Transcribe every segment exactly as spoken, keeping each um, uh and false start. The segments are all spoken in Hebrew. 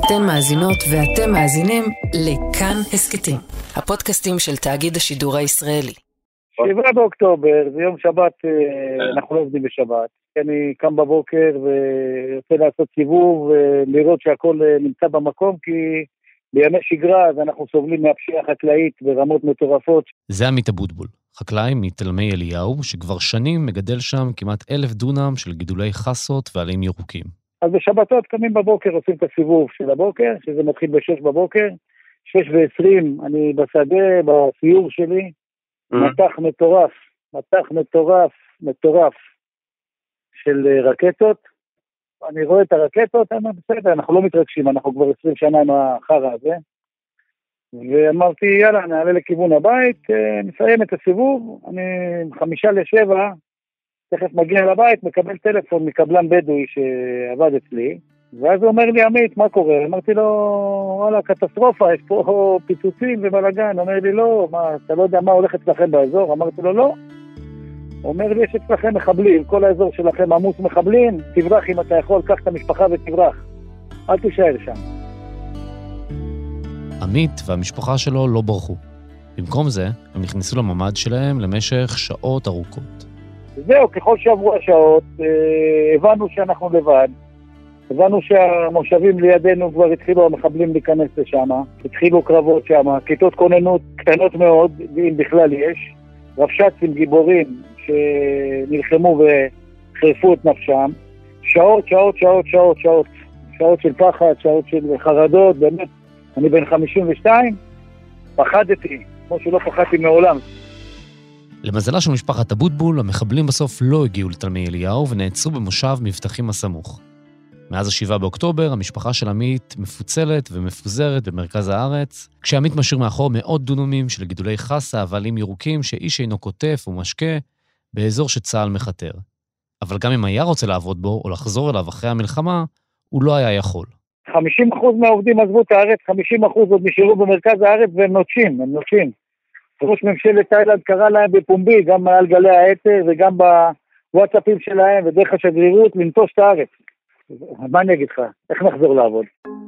אתן מאזינות ואתם מאזינים לכאן הסקטים, הפודקאסטים של תאגיד השידור הישראלי. שבעה באוקטובר, זה יום שבת, אנחנו לא עובדים בשבת. אני קם בבוקר ורוצה לעשות סיבוב ולראות שהכל נמצא במקום, כי בימי שגרה אז אנחנו סובלים מהפשיעה חקלאית ברמות מטורפות. זה עמית אבוטבול, חקלאי מתלמי אליהו, שכבר שנים מגדל שם כמעט אלף דונם של גידולי חסות ועלים ירוקים. אז בשבתות קמים בבוקר, עושים את הסיבוב של הבוקר, שזה מתחיל בשש בבוקר, שש ועשרים, אני בשדה, בסיור שלי, מטח מטורף, מטח מטורף, מטורף של רקטות. אני רואה את הרקטות, אני אומר, בסדר, אנחנו לא מתרגשים, אנחנו כבר עשרים שנה עם החרא הזה. ואמרתי, יאללה, נעלה לכיוון הבית, נסיים את הסיבוב, אני חמישה לשבע, תכף מגיע לבית, מקבל טלפון מקבלן בדואי שעבד אצלי, ואז הוא אומר לי, עמית, מה קורה? אמרתי לו, וואלה, קטסטרופה, יש פה פיצוצים ובלגן. אומר לי, לא, מה, אתה לא יודע מה הולך אצלכם באזור? אמרתי לו, לא. אומר לי, יש אצלכם מחבלים, כל האזור שלכם עמוס מחבלים, תברח אם אתה יכול, קח את המשפחה ותברח. אל תישאר שם. עמית והמשפחה שלו לא ברחו. במקום זה, הם נכנסו לממד שלהם למשך שעות ארוכות. זהו, ככל שעברו השעות, הבנו שאנחנו לבד, הבנו שהמושבים לידינו כבר התחילו המחבלים להיכנס לשם, התחילו קרבות שם, כיתות כוננות קטנות מאוד, אם בכלל יש, רבש"צים גיבורים שנלחמו וחירפו את נפשם, שעות, שעות, שעות, שעות, שעות, שעות של פחד, שעות של חרדות, באמת, אני בן חמישים ושתיים, פחדתי, כמו שלא פחדתי מעולם. למזלה של משפחת אבוטבול, המחבלים בסוף לא הגיעו לתלמי אליהו ונעצרו במושב מבטחים הסמוך. מאז השבעה באוקטובר, המשפחה של עמית מפוצלת ומפוזרת במרכז הארץ, כשעמית משאיר מאחור מאות דונמים של גידולי חסה ועלים ירוקים שאיש אינו כותף ומשקה באזור שצה"ל מחתר. אבל גם אם היה רוצה לעבוד בו או לחזור אליו אחרי המלחמה, הוא לא היה יכול. חמישים אחוז מהעובדים עזבו את הארץ, חמישים אחוז עוד נשארו במרכז הארץ והם נוטשים, הם נוטשים. ראש ממשלת תאילנד קרא להם בפומבי, גם על גלי האתר וגם בוואטסאפים שלהם ודרך השגרירות, לנטוש את הארץ. מה אני אגיד לך? איך נחזור לעבוד?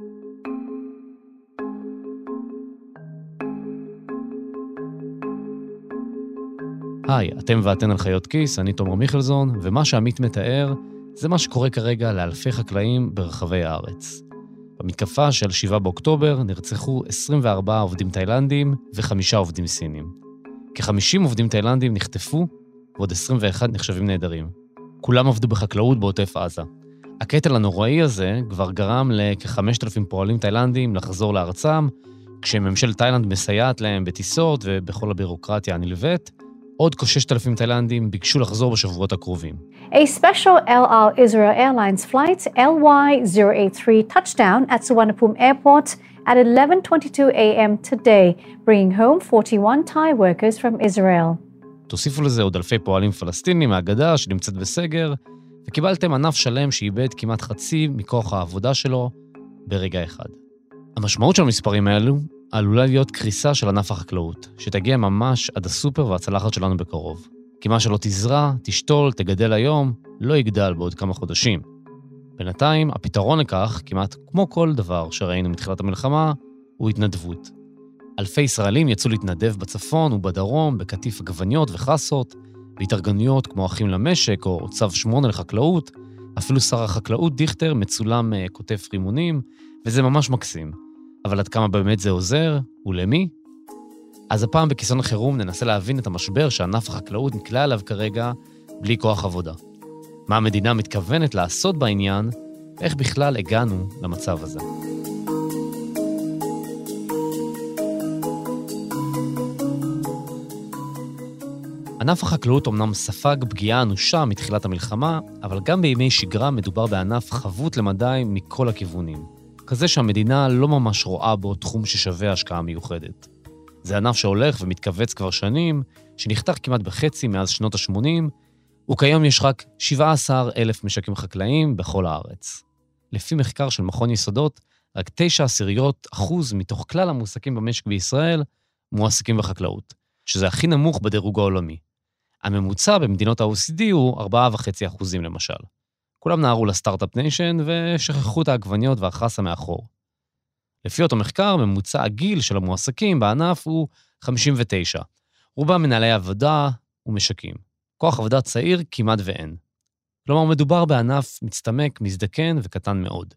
היי, אתם ואתן על חיות כיס, אני תומר מיכלזון, ומה שעמית מתאר זה מה שקורה כרגע לאלפי חקלאים ברחבי הארץ. במתקפה של שבעה באוקטובר נרצחו עשרים וארבעה עובדים תאילנדים וחמישה עובדים סינים. כ-חמישים עובדים תאילנדים נחטפו, ועוד עשרים ואחד נחשבים נהדרים. כולם עבדו בחקלאות בעוטף עזה. הקטל הנוראי הזה כבר גרם לכ-חמשת אלפים פועלים תאילנדים לחזור לארצם, כשממשלת תאילנד מסייעת להם בטיסות ובכל הבירוקרטיה הנלווית, עוד כ-שישת אלפים תאילנדים ביקשו לחזור בשבועות הקרובים. A special El Al Israel Airlines flight L Y zero eight three touched down at Suvarnabhumi Airport at eleven twenty-two a m today, bringing home forty-one Thai workers from Israel. תוסיפו לזה עוד אלפי פועלים פלסטינים מהגדה שנמצאת בסגר, וקיבלתם ענף שלם שאיבד כמעט חצי מכוח העבודה שלו ברגע אחד. המשמעות של המספרים האלו עלולה להיות קריסה של ענף החקלאות, שתגיע ממש עד הסופר והצלחת שלנו בקרוב. כי מה שלא תזרע, תשתול, תגדל היום, לא יגדל בעוד כמה חודשים. בינתיים, הפתרון לכך, כמעט כמו כל דבר שראינו מתחילת המלחמה, הוא התנדבות. אלפי ישראלים יצאו להתנדב בצפון ובדרום, בקטיף עגבניות וחסות, בהתארגנויות כמו אחים למשק או צו שמונה לחקלאות, אפילו שר החקלאות דיכטר מצולם כותב רימונים, וזה ממש מקסים. אבל עד כמה באמת זה עוזר, ולמי? אז הפעם בכיסון החירום ננסה להבין את המשבר שענף החקלאות נקלע אליו כרגע בלי כוח עבודה. מה המדינה מתכוונת לעשות בעניין, ואיך בכלל הגענו למצב הזה. ענף החקלאות אומנם ספג פגיעה אנושה מתחילת המלחמה, אבל גם בימי שגרה מדובר בענף חבוט למדי מכל הכיוונים. כזה שהמדינה לא ממש רואה בו תחום ששווה השקעה מיוחדת. זה ענף שהולך ומתכווץ כבר שנים, שנחתך כמעט בחצי מאז שנות ה-שמונים, וכיום יש רק שבעה עשר אלף משקים חקלאיים בכל הארץ. לפי מחקר של מכון יסודות, רק תשע עשיריות אחוז מתוך כלל המועסקים במשק בישראל מועסקים בחקלאות, שזה הכי נמוך בדירוג העולמי. הממוצע במדינות ה-או אי סי די הוא ארבעה וחצי אחוזים למשל. כולם נערו לסטארט-אפ ניישן ושכחו את העגבניות והחסה מאחור. לפי אותו מחקר, ממוצע הגיל של המועסקים בענף הוא חמישים ותשע. רובם מנהלי עבודה ומשקים. כוח עבודה צעיר כמעט ואין. כלומר, מדובר בענף מצטמק, מזדקן וקטן מאוד.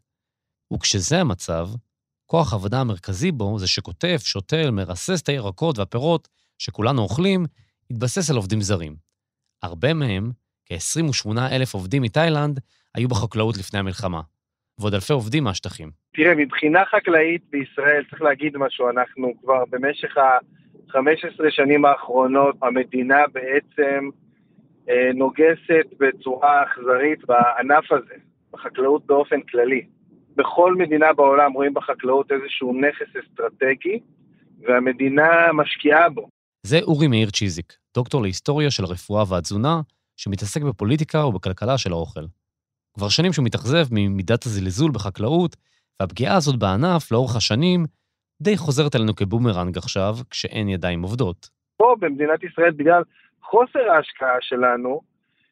וכשזה המצב, כוח העבודה המרכזי בו זה שכותף, שותל, מרסס את הירקות והפירות שכולנו אוכלים, התבסס על עובדים זרים. הרבה מהם, כ-עשרים ושמונה אלף עובדים מתאילנד, היו בחקלאות לפני המלחמה, ועוד אלפי עובדים מהשטחים. תראה, מבחינה חקלאית בישראל, צריך להגיד משהו, אנחנו כבר במשך ה-חמש עשרה שנים האחרונות, המדינה בעצם אה, נוגסת בצורה אכזרית בענף הזה, בחקלאות באופן כללי. בכל מדינה בעולם רואים בחקלאות איזשהו נכס אסטרטגי, והמדינה משקיעה בו. זה אורי מאיר צ'יזיק, דוקטור להיסטוריה של הרפואה והתזונה, שמתעסק בפוליטיקה ובכלכלה של האוכל. כבר שנים שהוא מתאכזב ממידת הזלזול בחקלאות, והפגיעה הזאת בענף לאורך השנים די חוזרת אלינו כבומרנג עכשיו, כשאין ידיים עובדות. פה במדינת ישראל, בגלל חוסר ההשקעה שלנו,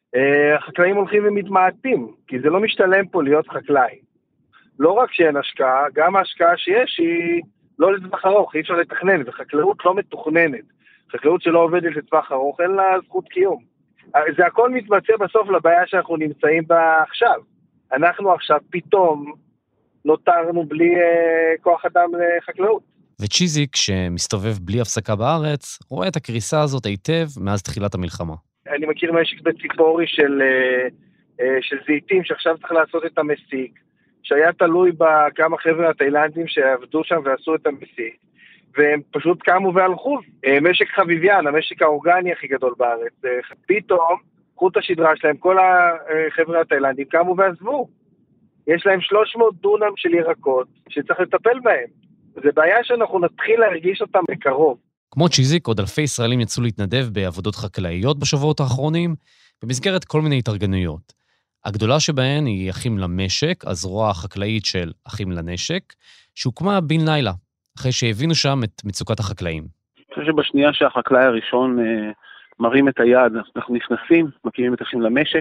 החקלאים הולכים ומתמעטים, כי זה לא משתלם פה להיות חקלאי. לא רק שאין השקעה, גם ההשקעה שיש היא לא לטווח ארוך, אי אפשר לתכנן, וחקלאות לא מתוכננת. חקלאות שלא עובדת לטווח ארוך, אין לה זכות קיום. זה הכל מתבצע בסוף לבעיה שאנחנו נמצאים בה עכשיו. אנחנו עכשיו פתאום נותרנו בלי uh, כוח אדם לחקלאות. וצ'יזיק, שמסתובב בלי הפסקה בארץ, רואה את הקריסה הזאת היטב מאז תחילת המלחמה. אני מכיר משק בציפורי של, uh, uh, של זיתים, שעכשיו צריך לעשות את המסיק, שהיה תלוי בכמה חבר'ה התאילנדים שעבדו שם ועשו את המסיק, והם פשוט קמו והלכו. משק חביביין, המשק האורגני הכי גדול בארץ, פתאום, חוט השדרה שלהם, כל החבר'ה התאילנדים קמו ועזבו. יש להם שלוש מאות דונם של ירקות שצריך לטפל בהם. זו בעיה שאנחנו נתחיל להרגיש אותם בקרוב. כמו צ'יזיק, עוד אלפי ישראלים יצאו להתנדב בעבודות חקלאיות בשבועות האחרונים, במסגרת כל מיני התארגנויות. הגדולה שבהן היא אחים למשק, הזרוע החקלאית של אחים לנשק, שהוקמה בן לילה, אחרי שהבינו שם את מצוקת החקלאים. אני חושב שבשנייה שהחקלאי הראשון אה, מרים את היד, אנחנו נכנסים, מקימים את אחים למשק,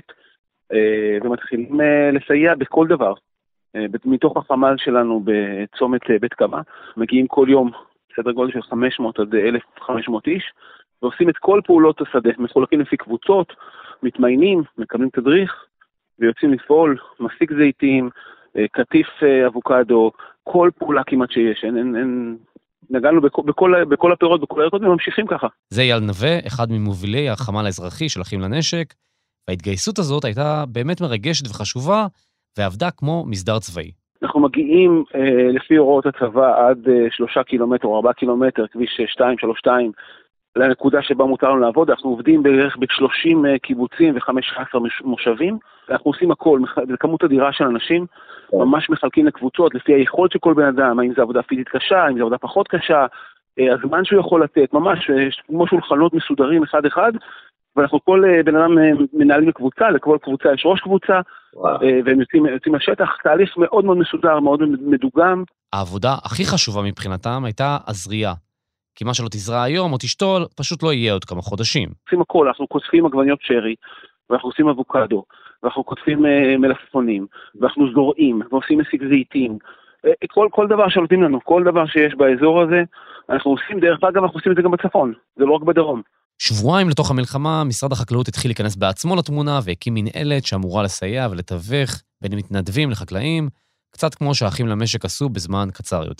אה, ומתחילים אה, לסייע בכל דבר. אה, מתוך החמ"ל שלנו בצומת אה, בית קמה, מגיעים כל יום סדר גודל של חמש מאות עד אלף וחמש מאות איש, ועושים את כל פעולות השדה, מחולקים לפי קבוצות, מתמיינים, מקבלים תדריך, ויוצאים לפעול, מסיק זיתים, קטיף אבוקדו, כל פעולה כמעט שיש. אין, אין, אין... נגענו בכל, בכל, בכל הפירות, בכל הירקות, וממשיכים ככה. זה אייל נווה, אחד ממובילי החמ"ל האזרחי של אחים לנשק, וההתגייסות הזאת הייתה באמת מרגשת וחשובה, ועבדה כמו מסדר צבאי. אנחנו מגיעים אה, לפי הוראות הצבא עד אה, שלושה קילומטר או ארבעה קילומטר, כביש שתיים שלוש שתיים, לנקודה שבה מותר לנו לעבוד. אנחנו עובדים בערך ב-שלושים קיבוצים ו-חמישה עשר מושבים. אנחנו עושים הכל, זה כמות אדירה של אנשים, ממש מחלקים לקבוצות לפי היכולת של כל בן אדם, האם זה עבודה פיזית קשה, האם זה עבודה פחות קשה, הזמן שהוא יכול לתת, ממש כמו שולחנות מסודרים אחד אחד, ואנחנו כל בן אדם מנהלים לקבוצה, לכל קבוצה יש ראש קבוצה, והם יוצאים, יוצאים לשטח, תהליך מאוד מאוד מסודר, מאוד מדוגם. העבודה הכי חשובה מבחינתם הייתה הזריעה. כי מה שלא תזרע היום או תשתול, פשוט לא יהיה עוד כמה חודשים. עושים הכל, אנחנו קוטפים עגבניות שרי, ואנחנו עושים אבוקדו, ואנחנו קוטפים uh, מלפפונים, ואנחנו זורעים, ועושים מסיק זיתים. Uh, כל, כל דבר שנותנים לנו, כל דבר שיש באזור הזה, אנחנו עושים, דרך אגב, אנחנו עושים את זה גם בצפון, זה לא רק בדרום. שבועיים לתוך המלחמה, משרד החקלאות התחיל להיכנס בעצמו לתמונה, והקים מנהלת שאמורה לסייע ולתווך בין מתנדבים לחקלאים, קצת כמו שהאחים למשק עשו בזמן קצר יותר.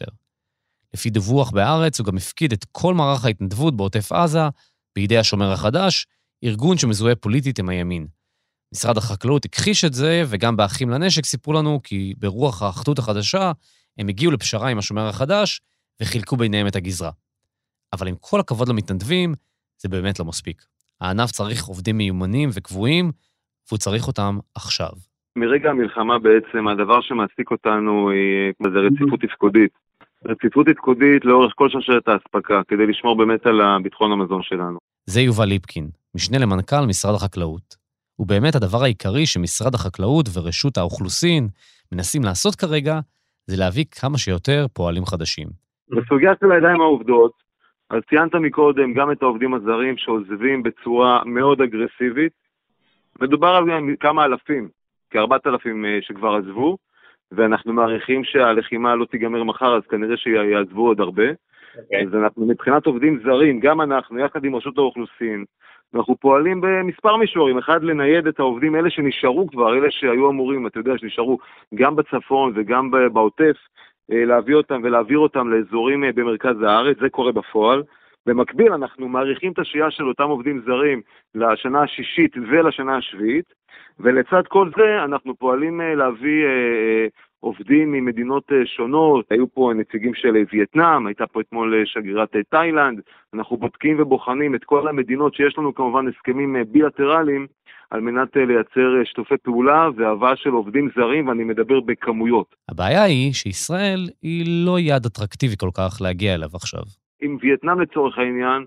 לפי דיווח בארץ, הוא גם הפקיד את כל מערך ההתנדבות בעוטף עזה, בידי השומר החדש, ארגון שמזוהה פוליטית עם הימין. משרד החקלאות הכחיש את זה, וגם באחים לנשק סיפרו לנו כי ברוח האחדות החדשה, הם הגיעו לפשרה עם השומר החדש, וחילקו ביניהם את הגזרה. אבל עם כל הכבוד למתנדבים, זה באמת לא מספיק. הענף צריך עובדים מיומנים וקבועים, והוא צריך אותם עכשיו. מרגע המלחמה בעצם, הדבר שמעסיק אותנו היא זה רציפות תפקודית. רציפות תפקודית לאורך כל שרשרת האספקה, כדי לשמור באמת על ביטחון המזון שלנו. זה יובל ליפקין, משנה למנכ"ל משרד החקלאות. ובאמת הדבר העיקרי שמשרד החקלאות ורשות האוכלוסין מנסים לעשות כרגע, זה להביא כמה שיותר פועלים חדשים. בסוגיה של הידיים העובדות, אז ציינת מקודם גם את העובדים הזרים שעוזבים בצורה מאוד אגרסיבית. מדובר על כמה אלפים, כארבעת אלפים שכבר עזבו, ואנחנו מעריכים שהלחימה לא תיגמר מחר, אז כנראה שיעזבו עוד הרבה. Okay. אז אנחנו מבחינת עובדים זרים, גם אנחנו, יחד עם רשות האוכלוסין, אנחנו פועלים במספר מישורים, אחד לנייד את העובדים, אלה שנשארו כבר, אלה שהיו אמורים, אתה יודע, שנשארו גם בצפון וגם בעוטף, להביא אותם ולהעביר אותם לאזורים במרכז הארץ, זה קורה בפועל. במקביל אנחנו מעריכים את השהייה של אותם עובדים זרים לשנה השישית ולשנה השביעית, ולצד כל זה אנחנו פועלים להביא עובדים ממדינות שונות, היו פה נציגים של וייטנאם, הייתה פה אתמול שגרירת תאילנד, אנחנו בודקים ובוחנים את כל המדינות שיש לנו כמובן הסכמים בילטרליים, על מנת לייצר שתופי פעולה והבאה של עובדים זרים, ואני מדבר בכמויות. הבעיה היא שישראל היא לא יעד אטרקטיבי כל כך להגיע אליו עכשיו. עם וייטנאם לצורך העניין,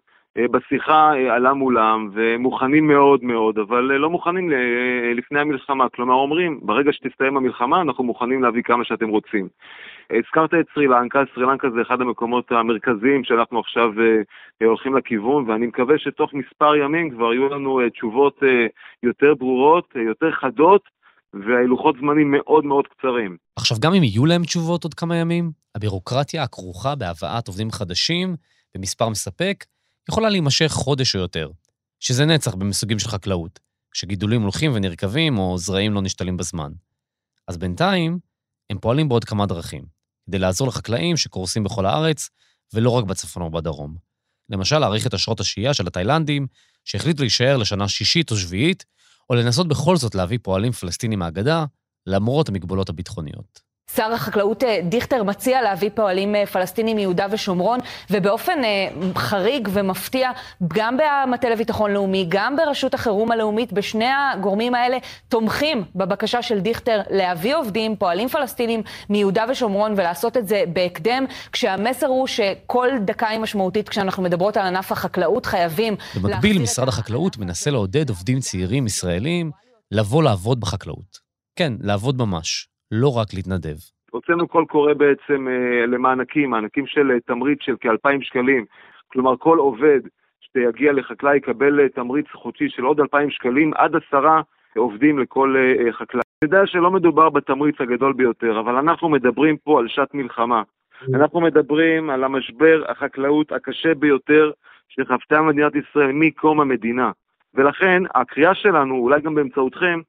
בשיחה עלה מולם, ומוכנים מאוד מאוד, אבל לא מוכנים לפני המלחמה. כלומר, אומרים, ברגע שתסתיים המלחמה, אנחנו מוכנים להביא כמה שאתם רוצים. הזכרת את סרילנקה, סרילנקה זה אחד המקומות המרכזיים שאנחנו עכשיו הולכים לכיוון, ואני מקווה שתוך מספר ימים כבר יהיו לנו תשובות יותר ברורות, יותר חדות, והלוחות זמנים מאוד מאוד קצרים. עכשיו, גם אם יהיו להם תשובות עוד כמה ימים, הבירוקרטיה הכרוכה בהבאת עובדים חדשים במספר מספק, יכולה להימשך חודש או יותר, שזה נצח במסוגים של חקלאות, שגידולים הולכים ונרכבים או זרעים לא נשתלים בזמן. אז בינתיים, הם פועלים בעוד כמה דרכים, כדי לעזור לחקלאים שקורסים בכל הארץ, ולא רק בצפון או בדרום. למשל, להאריך את אשרות השהייה של התאילנדים, שהחליטו להישאר לשנה שישית או שביעית, או לנסות בכל זאת להביא פועלים פלסטינים מהגדה, למרות המגבלות הביטחוניות. שר החקלאות דיכטר מציע להביא פועלים פלסטינים מיהודה ושומרון, ובאופן חריג ומפתיע, גם במטה לביטחון לאומי, גם ברשות החירום הלאומית, בשני הגורמים האלה תומכים בבקשה של דיכטר להביא עובדים, פועלים פלסטינים מיהודה ושומרון, ולעשות את זה בהקדם, כשהמסר הוא שכל דקה היא משמעותית כשאנחנו מדברות על ענף החקלאות, חייבים... במקביל, משרד החקלאות מנסה לעודד עובדים צעירים ישראלים לבוא לעבוד בחקלאות. כן, לעבוד ממש. לא רק להתנדב. הוצאנו קול קורא בעצם אה, למענקים, מענקים של אה, תמריץ של כאלפיים שקלים, כלומר כל עובד שיגיע לחקלאי יקבל אה, תמריץ חודשי של עוד אלפיים שקלים, עד עשרה עובדים לכל אה, חקלאי. אני יודע שלא מדובר בתמריץ הגדול ביותר, אבל אנחנו מדברים פה על שעת מלחמה. אנחנו מדברים על המשבר החקלאות הקשה ביותר שחוותה מדינת ישראל מקום המדינה. ולכן הקריאה שלנו, אולי גם באמצעותכם,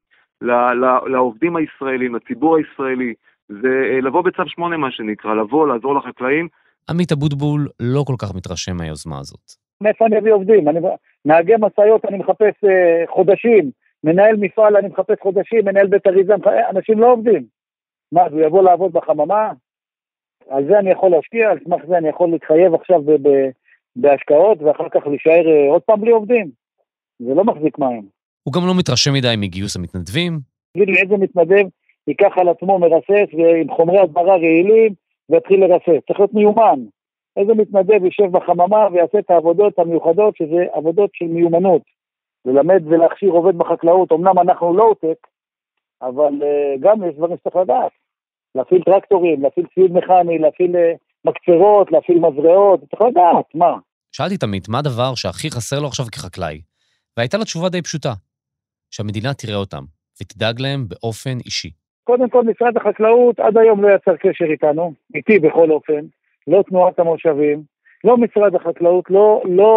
לעובדים הישראלים, לציבור הישראלי, זה לבוא בצו שמונה מה שנקרא, לבוא, לעזור לחקלאים. עמית אבוטבול לא כל כך מתרשם מהיוזמה הזאת. מאיפה אני אביא עובדים? אני, נהגי מסעיות אני מחפש אה, חודשים, מנהל מפעל אני מחפש חודשים, מנהל בית אריזה, אנשים לא עובדים. מה, הוא יבוא לעבוד בחממה? על זה אני יכול להשקיע, על סמך זה אני יכול להתחייב עכשיו ב- ב- בהשקעות, ואחר כך להישאר אה, עוד פעם בלי עובדים. זה לא מחזיק מים. הוא גם לא מתרשם מדי מגיוס המתנדבים. תגיד לי, איזה מתנדב ייקח על עצמו מרסס ועם חומרי הדברה רעילים ויתחיל לרסס. צריך להיות מיומן. איזה מתנדב יישב בחממה ויעשה את העבודות המיוחדות, שזה עבודות של מיומנות. ללמד ולהכשיר עובד בחקלאות. אמנם אנחנו לא עותק, אבל uh, גם יש דברים שצריך לדעת. להפעיל טרקטורים, להפעיל ציוד מכני, להפעיל uh, מקצרות, להפעיל מזרעות. צריך לדעת, מה? שאלתי תמיד, מה הדבר שהכי חסר לו עכשיו כחקלאי? והייתה לה תשובה די פשוטה, שהמדינה תראה אותם, ותדאג להם באופן אישי. קודם כל, משרד החקלאות עד היום לא יצר קשר איתנו, איתי בכל אופן, לא תנועת המושבים, לא משרד החקלאות, לא, לא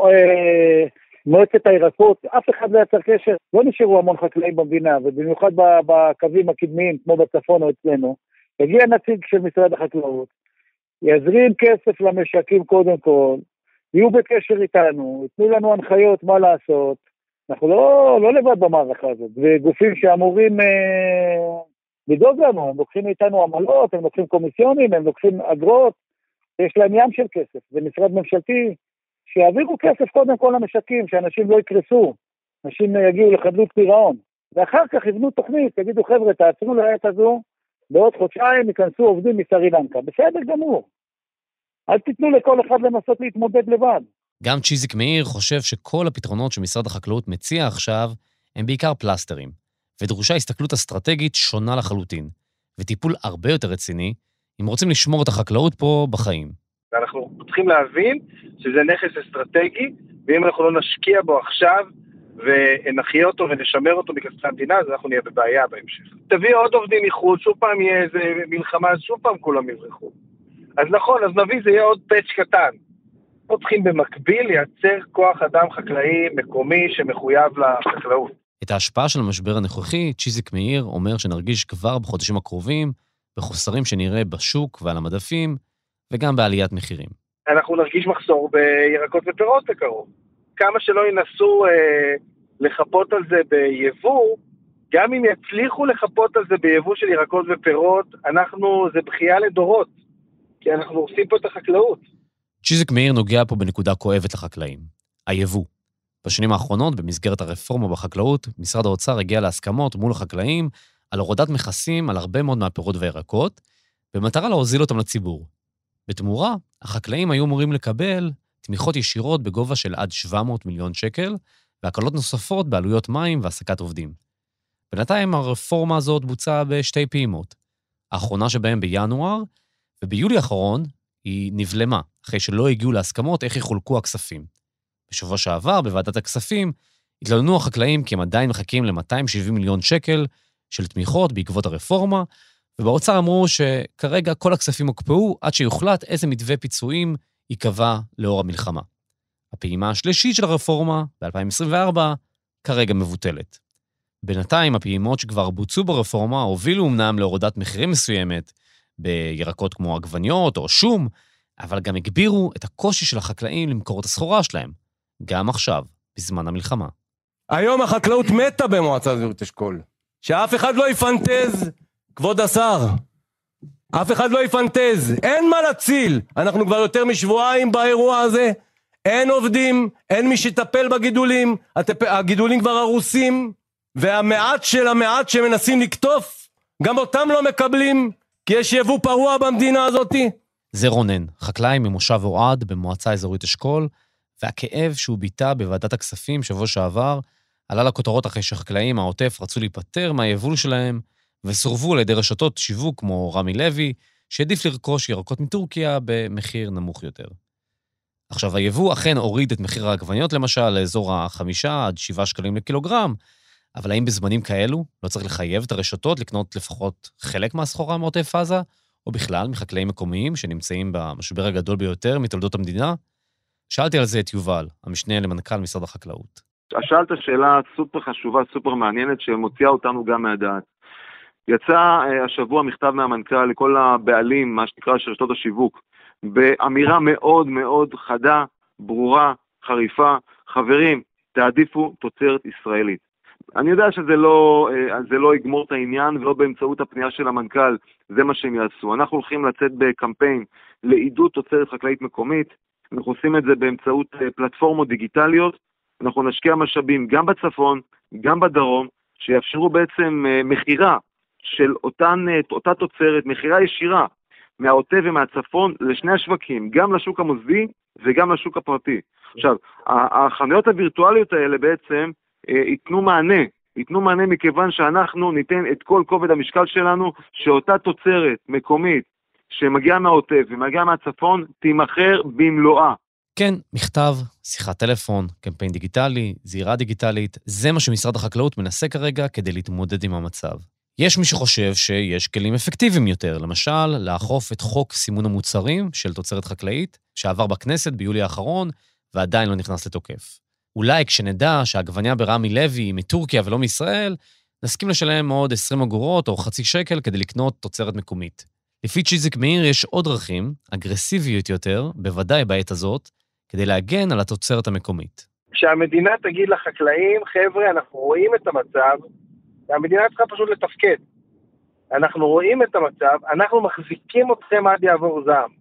אה, מועצת הירקות, אף אחד לא יצר קשר, לא נשארו המון חקלאים במדינה, ובמיוחד בקווים הקדמיים, כמו בצפון או אצלנו, הגיע נציג של משרד החקלאות, יזרים כסף למשקים קודם כל, יהיו בקשר איתנו, יתנו לנו הנחיות מה לעשות, אנחנו לא, לא לבד במערכה הזאת, וגופים שאמורים אה, לדאוג לנו, הם לוקחים איתנו עמלות, הם לוקחים קומיסיונים, הם לוקחים אגרות, יש להם ים של כסף, זה משרד ממשלתי, שיעבירו כסף קודם כל למשקים, שאנשים לא יקרסו, אנשים יגיעו לחדלות פירעון, ואחר כך יבנו תוכנית, תגידו חבר'ה, תעצרו לעת הזו, בעוד חודשיים ייכנסו עובדים מסרילנקה, בסדר גמור. אל תיתנו לכל אחד לנסות להתמודד לבד. גם צ'יזיק מאיר חושב שכל הפתרונות שמשרד החקלאות מציע עכשיו הם בעיקר פלסטרים, ודרושה הסתכלות אסטרטגית שונה לחלוטין, וטיפול הרבה יותר רציני, אם רוצים לשמור את החקלאות פה בחיים. ואנחנו צריכים להבין שזה נכס אסטרטגי, ואם אנחנו לא נשקיע בו עכשיו, ונחיה אותו ונשמר אותו מכספי המדינה, אז אנחנו נהיה בבעיה בהמשך. תביא עוד עובדים מחוץ, שוב פעם יהיה איזה מלחמה, אז שוב פעם כולם יברחו. אז נכון, אז נביא, זה יהיה עוד פאץ' קטן. אנחנו צריכים במקביל לייצר כוח אדם חקלאי מקומי שמחויב לחקלאות. את ההשפעה של המשבר הנוכחי, צ'יזיק מאיר אומר שנרגיש כבר בחודשים הקרובים, בחוסרים שנראה בשוק ועל המדפים, וגם בעליית מחירים. אנחנו נרגיש מחסור בירקות ופירות בקרוב. כמה שלא ינסו אה, לחפות על זה ביבוא, גם אם יצליחו לחפות על זה ביבוא של ירקות ופירות, אנחנו, זה בחייה לדורות, כי אנחנו עושים פה את החקלאות. צ'יזיק מאיר נוגע פה בנקודה כואבת לחקלאים, היבוא. בשנים האחרונות, במסגרת הרפורמה בחקלאות, משרד האוצר הגיע להסכמות מול החקלאים על הורדת מכסים על הרבה מאוד מהפירות והירקות, במטרה להוזיל אותם לציבור. בתמורה, החקלאים היו אמורים לקבל תמיכות ישירות בגובה של עד שבע מאות מיליון שקל, והקלות נוספות בעלויות מים והעסקת עובדים. בינתיים הרפורמה הזאת בוצעה בשתי פעימות, האחרונה שבהם בינואר, וביולי האחרון היא נבלמה, אחרי שלא הגיעו להסכמות איך יחולקו הכספים. בשבוע שעבר, בוועדת הכספים, התלוננו החקלאים כי הם עדיין מחכים ל-מאתיים שבעים מיליון שקל של תמיכות בעקבות הרפורמה, ובאוצר אמרו שכרגע כל הכספים הוקפאו עד שיוחלט איזה מתווה פיצויים ייקבע לאור המלחמה. הפעימה השלישית של הרפורמה, ב-אלפיים עשרים וארבע, כרגע מבוטלת. בינתיים הפעימות שכבר בוצעו ברפורמה הובילו אמנם להורדת מחירים מסוימת בירקות כמו עגבניות או שום, אבל גם הגבירו את הקושי של החקלאים למכור את הסחורה שלהם, גם עכשיו, בזמן המלחמה. היום החקלאות מתה במועצה אזורית אשכול. שאף אחד לא יפנטז, כבוד השר. אף אחד לא יפנטז. אין מה להציל. אנחנו כבר יותר משבועיים באירוע הזה. אין עובדים, אין מי שטפל בגידולים. הטפ... הגידולים כבר הרוסים, והמעט של המעט שמנסים לקטוף, גם אותם לא מקבלים, כי יש יבוא פרוע במדינה הזאת. זה רונן, חקלאי ממושב אוהד במועצה אזורית אשכול, והכאב שהוא ביטא בוועדת הכספים שבוע שעבר, עלה לכותרות אחרי שחקלאים העוטף רצו להיפטר מהיבול שלהם, וסורבו על ידי רשתות שיווק כמו רמי לוי, שעדיף לרכוש ירקות מטורקיה במחיר נמוך יותר. עכשיו, היבוא אכן הוריד את מחיר העגבניות למשל, לאזור החמישה עד שבעה שקלים לקילוגרם, אבל האם בזמנים כאלו לא צריך לחייב את הרשתות לקנות לפחות חלק מהסחורה מעוטף עזה, או בכלל מחקלאים מקומיים שנמצאים במשבר הגדול ביותר מתולדות המדינה? שאלתי על זה את יובל, המשנה למנכ"ל משרד החקלאות. שאלת שאלה סופר חשובה, סופר מעניינת, שמוציאה אותנו גם מהדעת. יצא השבוע מכתב מהמנכ"ל לכל הבעלים, מה שנקרא של רשתות השיווק, באמירה מאוד מאוד חדה, ברורה, חריפה, חברים, תעדיפו תוצרת ישראלית. אני יודע שזה לא, זה לא יגמור את העניין, ולא באמצעות הפנייה של המנכ"ל, זה מה שהם יעשו. אנחנו הולכים לצאת בקמפיין לעידוד תוצרת חקלאית מקומית, אנחנו עושים את זה באמצעות פלטפורמות דיגיטליות, אנחנו נשקיע משאבים גם בצפון, גם בדרום, שיאפשרו בעצם מחירה של אותן, אותה תוצרת, מחירה ישירה מהעוטף ומהצפון לשני השווקים, גם לשוק המוסדי וגם לשוק הפרטי. עכשיו, החנויות הווירטואליות האלה בעצם ייתנו מענה, ייתנו מענה מכיוון שאנחנו ניתן את כל כובד המשקל שלנו, שאותה תוצרת מקומית שמגיעה מהעוטף ומגיעה מהצפון, תימחר במלואה. כן, מכתב, שיחת טלפון, קמפיין דיגיטלי, זירה דיגיטלית, זה מה שמשרד החקלאות מנסה כרגע כדי להתמודד עם המצב. יש מי שחושב שיש כלים אפקטיביים יותר, למשל, לאכוף את חוק סימון המוצרים של תוצרת חקלאית, שעבר בכנסת ביולי האחרון, ועדיין לא נכנס לתוקף. אולי כשנדע שהעגבניה ברמי לוי היא מטורקיה ולא מישראל, נסכים לשלם עוד עשרים אגורות או חצי שקל כדי לקנות תוצרת מקומית. לפי צ'יזיק מאיר יש עוד דרכים, אגרסיביות יותר, בוודאי בעת הזאת, כדי להגן על התוצרת המקומית. כשהמדינה תגיד לחקלאים, חבר'ה, אנחנו רואים את המצב, והמדינה צריכה פשוט לתפקד. אנחנו רואים את המצב, אנחנו מחזיקים אתכם עד יעבור זעם.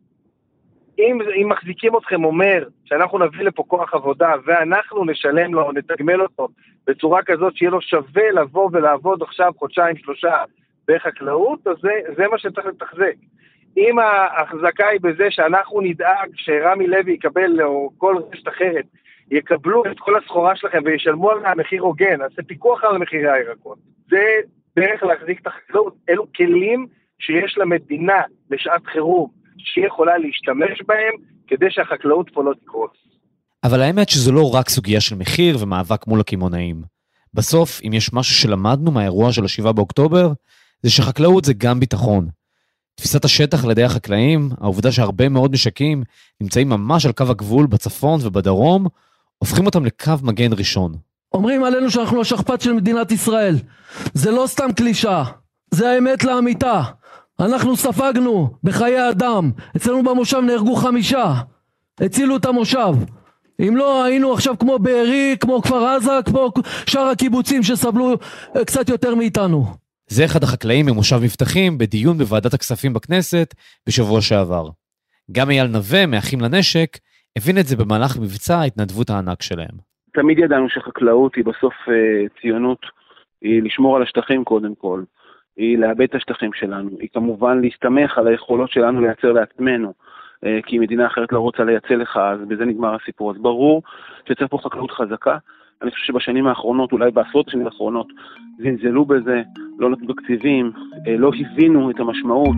אם, אם מחזיקים אתכם אומר שאנחנו נביא לפה כוח עבודה, ואנחנו נשלם לו, נתגמל אותו, בצורה כזאת שיהיה לו שווה לבוא ולעבוד עכשיו חודשיים, שלושה בחקלאות, אז זה, זה מה שצריך לתחזק. אם ההחזקה היא בזה שאנחנו נדאג שרמי לוי יקבל, או כל רשת אחרת, יקבלו את כל הסחורה שלכם וישלמו על המחיר הוגן, אז זה פיקוח על מחירי הירקות. זה דרך להחזיק את החקלאות. אלו כלים שיש למדינה לשעת חירום, שהיא יכולה להשתמש בהם, כדי שהחקלאות פה לא תקרוס. אבל האמת שזו לא רק סוגיה של מחיר ומאבק מול הקמעונאים. בסוף, אם יש משהו שלמדנו מהאירוע של השבעה באוקטובר, זה שחקלאות זה גם ביטחון. תפיסת השטח על ידי החקלאים, העובדה שהרבה מאוד משקים נמצאים ממש על קו הגבול בצפון ובדרום, הופכים אותם לקו מגן ראשון. אומרים עלינו שאנחנו השכפ"ץ של מדינת ישראל. זה לא סתם קלישה, זה האמת לאמיתה. אנחנו ספגנו בחיי אדם, אצלנו במושב נהרגו חמישה, הצילו את המושב. אם לא, היינו עכשיו כמו בארי, כמו כפר עזה, כמו שאר הקיבוצים שסבלו קצת יותר מאיתנו. זה אחד החקלאים ממושב מבטחים בדיון בוועדת הכספים בכנסת בשבוע שעבר. גם אייל נווה, מאחים לנשק, הבין את זה במהלך מבצע ההתנדבות הענק שלהם. תמיד ידענו שחקלאות היא בסוף ציונות, היא לשמור על השטחים קודם כל, היא לאבד את השטחים שלנו, היא כמובן להסתמך על היכולות שלנו לייצר לעצמנו, כי מדינה אחרת לא רוצה לייצא לך, אז בזה נגמר הסיפור. אז ברור שצריך פה חקלאות חזקה. אני חושב שבשנים האחרונות, אולי בעשרות השנים האחרונות, זלזלו בזה, לא נתנו תקציבים, לא הבינו את המשמעות.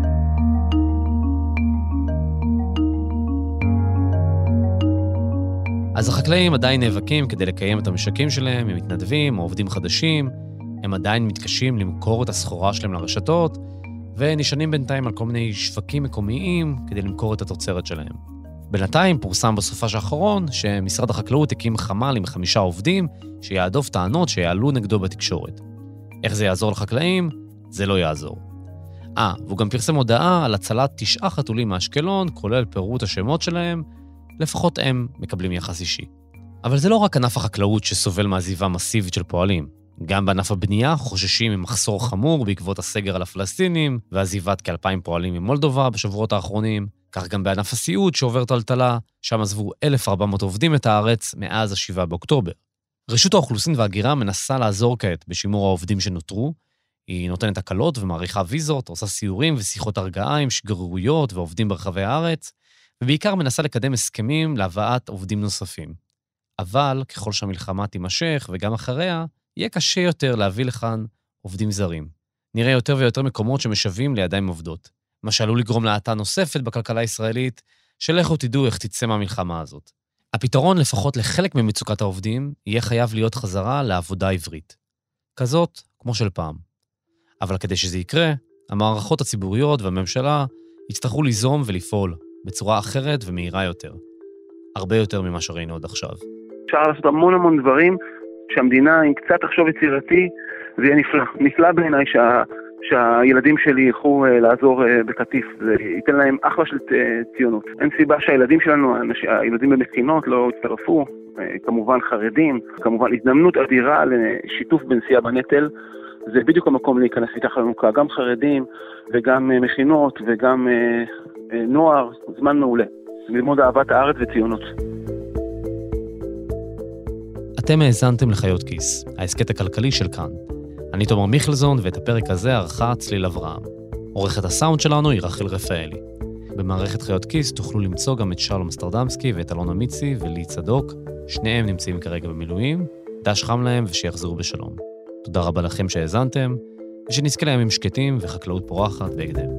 אז החקלאים עדיין נאבקים כדי לקיים את המשקים שלהם, הם מתנדבים או עובדים חדשים, הם עדיין מתקשים למכור את הסחורה שלהם לרשתות, ונשענים בינתיים על כל מיני שווקים מקומיים כדי למכור את התוצרת שלהם. בינתיים פורסם בסופש האחרון שמשרד החקלאות הקים חמ"ל עם חמישה עובדים שיעדוף טענות שיעלו נגדו בתקשורת. איך זה יעזור לחקלאים? זה לא יעזור. אה, והוא גם פרסם הודעה על הצלת תשעה חתולים מאשקלון, כולל פירוט השמות שלהם, לפחות הם מקבלים יחס אישי. אבל זה לא רק ענף החקלאות שסובל מעזיבה מסיבית של פועלים. גם בענף הבנייה חוששים ממחסור חמור בעקבות הסגר על הפלסטינים ועזיבת כאלפיים פועלים ממולדובה בשבועות האחרונים. כך גם בענף הסיעוד שעובר טלטלה, שם עזבו אלף וארבע מאות עובדים את הארץ מאז השבעה באוקטובר. רשות האוכלוסין וההגירה מנסה לעזור כעת בשימור העובדים שנותרו. היא נותנת הקלות ומעריכה ויזות, עושה סיורים ושיחות הרגעה עם שגרירויות ועובדים ברחבי הארץ, ובעיקר מנסה לקדם הסכמים להבאת עובדים נוספים. אבל ככל שהמלחמה תימשך וגם אחריה, יהיה קשה יותר להביא לכאן עובדים זרים. נראה יותר ויותר מקומות שמשווים לידיים עובדות, מה שעלול לגרום להאטה נוספת בכלכלה הישראלית, שלכו תדעו איך תצא מהמלחמה הזאת. הפתרון לפחות לחלק ממצוקת העובדים, יהיה חייב להיות חזרה לעבודה עברית. כזאת כמו של פעם. אבל כדי שזה יקרה, המערכות הציבוריות והממשלה יצטרכו ליזום ולפעול בצורה אחרת ומהירה יותר. הרבה יותר ממה שראינו עוד עכשיו. אפשר לעשות המון המון דברים, שהמדינה עם קצת תחשוב יצירתי, זה יהיה נפלא. נפלא בעיניי שה, שהילדים שלי ילכו לעזור בקטיף, זה ייתן להם אחלה של ציונות. אין סיבה שהילדים שלנו, הילדים במכינות לא יצטרפו, כמובן חרדים, כמובן הזדמנות אדירה לשיתוף בנשיאה בנטל, זה בדיוק המקום להיכנס איתך לנוקה, גם חרדים וגם מכינות וגם נוער, זמן מעולה. ללמוד אהבת הארץ וציונות. אתם האזנתם לחיות כיס, ההסכת הכלכלי של כאן. אני תומר מיכלזון, ואת הפרק הזה ערכה צליל אברהם. עורכת הסאונד שלנו היא רחל רפאלי. במערכת חיות כיס תוכלו למצוא גם את שלום סטרדמסקי ואת אלון אמיצי ולי צדוק. שניהם נמצאים כרגע במילואים. דש חם להם ושיחזרו בשלום. תודה רבה לכם שהאזנתם, ושנזכה לימים שקטים וחקלאות פורחת בהקדם.